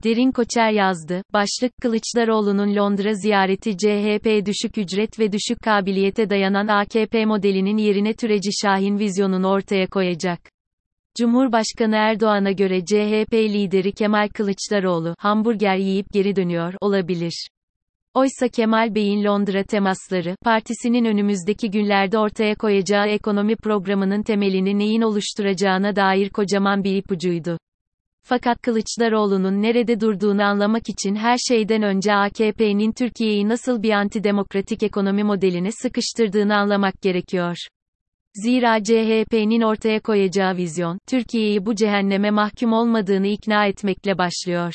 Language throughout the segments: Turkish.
Derin Koçer yazdı. Başlık Kılıçdaroğlu'nun Londra ziyareti CHP düşük ücret ve düşük kabiliyete dayanan AKP modelinin yerine Türeci Şahin vizyonunu ortaya koyacak. Cumhurbaşkanı Erdoğan'a göre CHP lideri Kemal Kılıçdaroğlu, hamburger yiyip geri dönüyor olabilir. Oysa Kemal Bey'in Londra temasları, partisinin önümüzdeki günlerde ortaya koyacağı ekonomi programının temelini neyin oluşturacağına dair kocaman bir ipucuydu. Fakat Kılıçdaroğlu'nun nerede durduğunu anlamak için her şeyden önce AKP'nin Türkiye'yi nasıl bir antidemokratik ekonomi modeline sıkıştırdığını anlamak gerekiyor. Zira CHP'nin ortaya koyacağı vizyon, Türkiye'yi bu cehenneme mahkum olmadığını ikna etmekle başlıyor.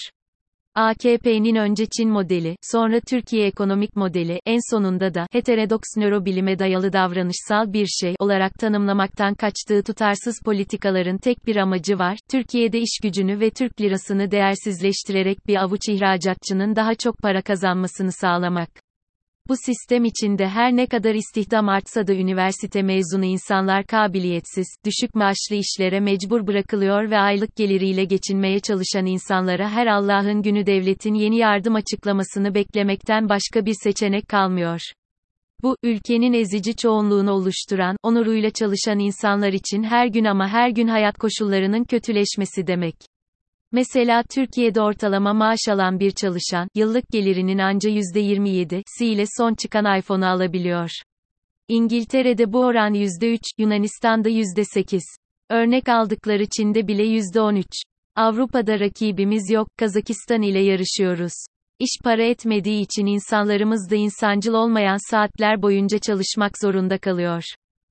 AKP'nin önce Çin modeli, sonra Türkiye ekonomik modeli, en sonunda da heterodoks nörobilime dayalı davranışsal bir şey olarak tanımlamaktan kaçtığı tutarsız politikaların tek bir amacı var: Türkiye'de iş gücünü ve Türk lirasını değersizleştirerek bir avuç ihracatçının daha çok para kazanmasını sağlamak. Bu sistem içinde her ne kadar istihdam artsa da üniversite mezunu insanlar kabiliyetsiz, düşük maaşlı işlere mecbur bırakılıyor ve aylık geliriyle geçinmeye çalışan insanlara her Allah'ın günü devletin yeni yardım açıklamasını beklemekten başka bir seçenek kalmıyor. Bu, ülkenin ezici çoğunluğunu oluşturan, onuruyla çalışan insanlar için her gün ama her gün hayat koşullarının kötüleşmesi demek. Mesela Türkiye'de ortalama maaş alan bir çalışan, yıllık gelirinin anca %27'si ile son çıkan iPhone'u alabiliyor. İngiltere'de bu oran %3, Yunanistan'da %8. Örnek aldıkları Çin'de bile %13. Avrupa'da rakibimiz yok, Kazakistan ile yarışıyoruz. İş para etmediği için insanlarımız da insancıl olmayan saatler boyunca çalışmak zorunda kalıyor.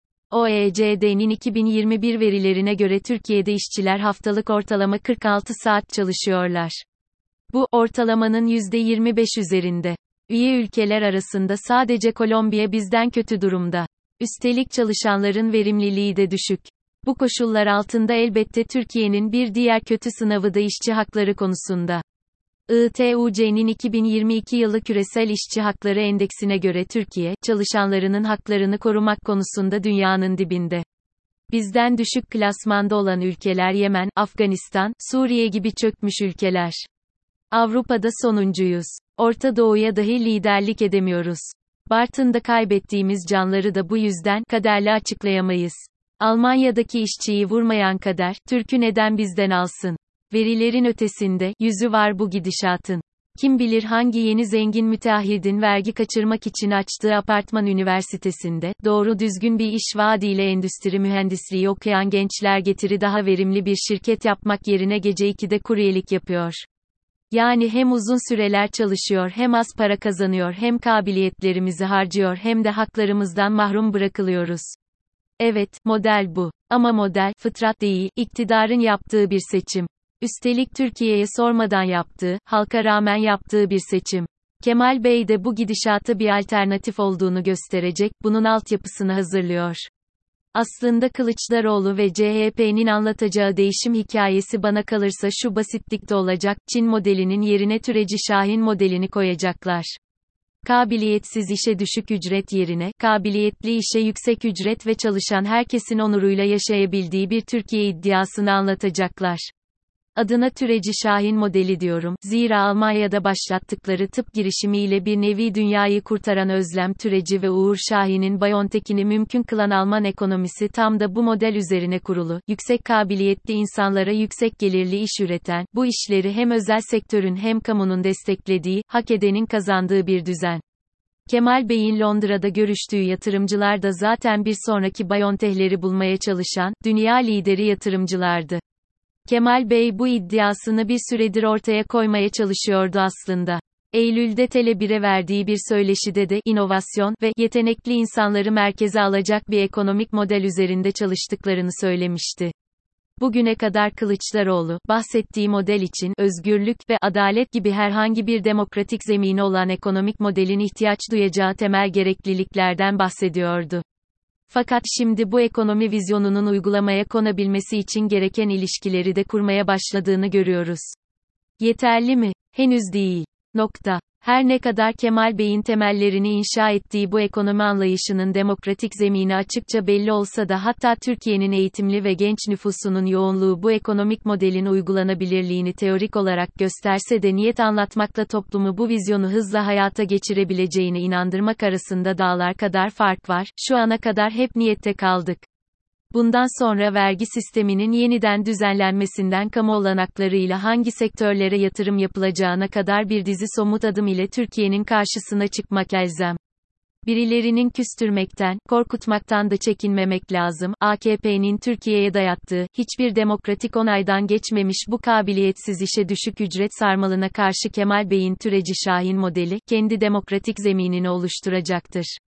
OECD'nin 2021 verilerine göre Türkiye'de işçiler haftalık ortalama 46 saat çalışıyorlar. Bu, ortalamanın %25 üzerinde. Üye ülkeler arasında sadece Kolombiya bizden kötü durumda. Üstelik çalışanların verimliliği de düşük. Bu koşullar altında elbette Türkiye'nin bir diğer kötü sınavı da işçi hakları konusunda. ITUC'nin 2022 yılı Küresel İşçi Hakları Endeksine göre Türkiye, çalışanlarının haklarını korumak konusunda dünyanın dibinde. Bizden düşük klasmanda olan ülkeler Yemen, Afganistan, Suriye gibi çökmüş ülkeler. Avrupa'da sonuncuyuz. Orta Doğu'ya dahi liderlik edemiyoruz. Bartın'da kaybettiğimiz canları da bu yüzden kaderle açıklayamayız. Almanya'daki işçiyi vurmayan kader, Türk'ü neden bizden alsın? Verilerin ötesinde, yüzü var bu gidişatın. Kim bilir hangi yeni zengin müteahhidin vergi kaçırmak için açtığı apartman üniversitesinde, doğru düzgün bir iş vaadiyle endüstri mühendisliği okuyan gençler getiri daha verimli bir şirket yapmak yerine gece 2'de kuryelik yapıyor. Yani hem uzun süreler çalışıyor, hem az para kazanıyor, hem kabiliyetlerimizi harcıyor, hem de haklarımızdan mahrum bırakılıyoruz. Evet, model bu. Ama model, fıtrat değil, iktidarın yaptığı bir seçim. Üstelik Türkiye'ye sormadan yaptığı, halka rağmen yaptığı bir seçim. Kemal Bey de bu gidişata bir alternatif olduğunu gösterecek, bunun altyapısını hazırlıyor. Aslında Kılıçdaroğlu ve CHP'nin anlatacağı değişim hikayesi bana kalırsa şu basitlikte olacak: Çin modelinin yerine Türeci Şahin modelini koyacaklar. Kabiliyetsiz işe düşük ücret yerine, kabiliyetli işe yüksek ücret ve çalışan herkesin onuruyla yaşayabildiği bir Türkiye iddiasını anlatacaklar. Adına Türeci Şahin modeli diyorum, zira Almanya'da başlattıkları tıp girişimiyle bir nevi dünyayı kurtaran Özlem Türeci ve Uğur Şahin'in BioNTech'ini mümkün kılan Alman ekonomisi tam da bu model üzerine kurulu, yüksek kabiliyetli insanlara yüksek gelirli iş üreten, bu işleri hem özel sektörün hem kamunun desteklediği, hak edenin kazandığı bir düzen. Kemal Bey'in Londra'da görüştüğü yatırımcılar da zaten bir sonraki BioNTech'leri bulmaya çalışan, dünya lideri yatırımcılardı. Kemal Bey bu iddiasını bir süredir ortaya koymaya çalışıyordu aslında. Eylül'de Tele1'e verdiği bir söyleşide de inovasyon ve yetenekli insanları merkeze alacak bir ekonomik model üzerinde çalıştıklarını söylemişti. Bugüne kadar Kılıçdaroğlu, bahsettiği model için özgürlük ve adalet gibi herhangi bir demokratik zemini olan ekonomik modelin ihtiyaç duyacağı temel gerekliliklerden bahsediyordu. Fakat şimdi bu ekonomi vizyonunun uygulamaya konabilmesi için gereken ilişkileri de kurmaya başladığını görüyoruz. Yeterli mi? Henüz değil. Her ne kadar Kemal Bey'in temellerini inşa ettiği bu ekonomi anlayışının demokratik zemini açıkça belli olsa da hatta Türkiye'nin eğitimli ve genç nüfusunun yoğunluğu bu ekonomik modelin uygulanabilirliğini teorik olarak gösterse de niyet anlatmakla toplumu bu vizyonu hızla hayata geçirebileceğine inandırmak arasında dağlar kadar fark var. Şu ana kadar hep niyette kaldık. Bundan sonra vergi sisteminin yeniden düzenlenmesinden kamu olanaklarıyla hangi sektörlere yatırım yapılacağına kadar bir dizi somut adım ile Türkiye'nin karşısına çıkmak elzem. Birilerinin küstürmekten, korkutmaktan da çekinmemek lazım. AKP'nin Türkiye'ye dayattığı, hiçbir demokratik onaydan geçmemiş bu kabiliyetsiz işe düşük ücret sarmalına karşı Kemal Bey'in Türeci Şahin modeli, kendi demokratik zeminini oluşturacaktır.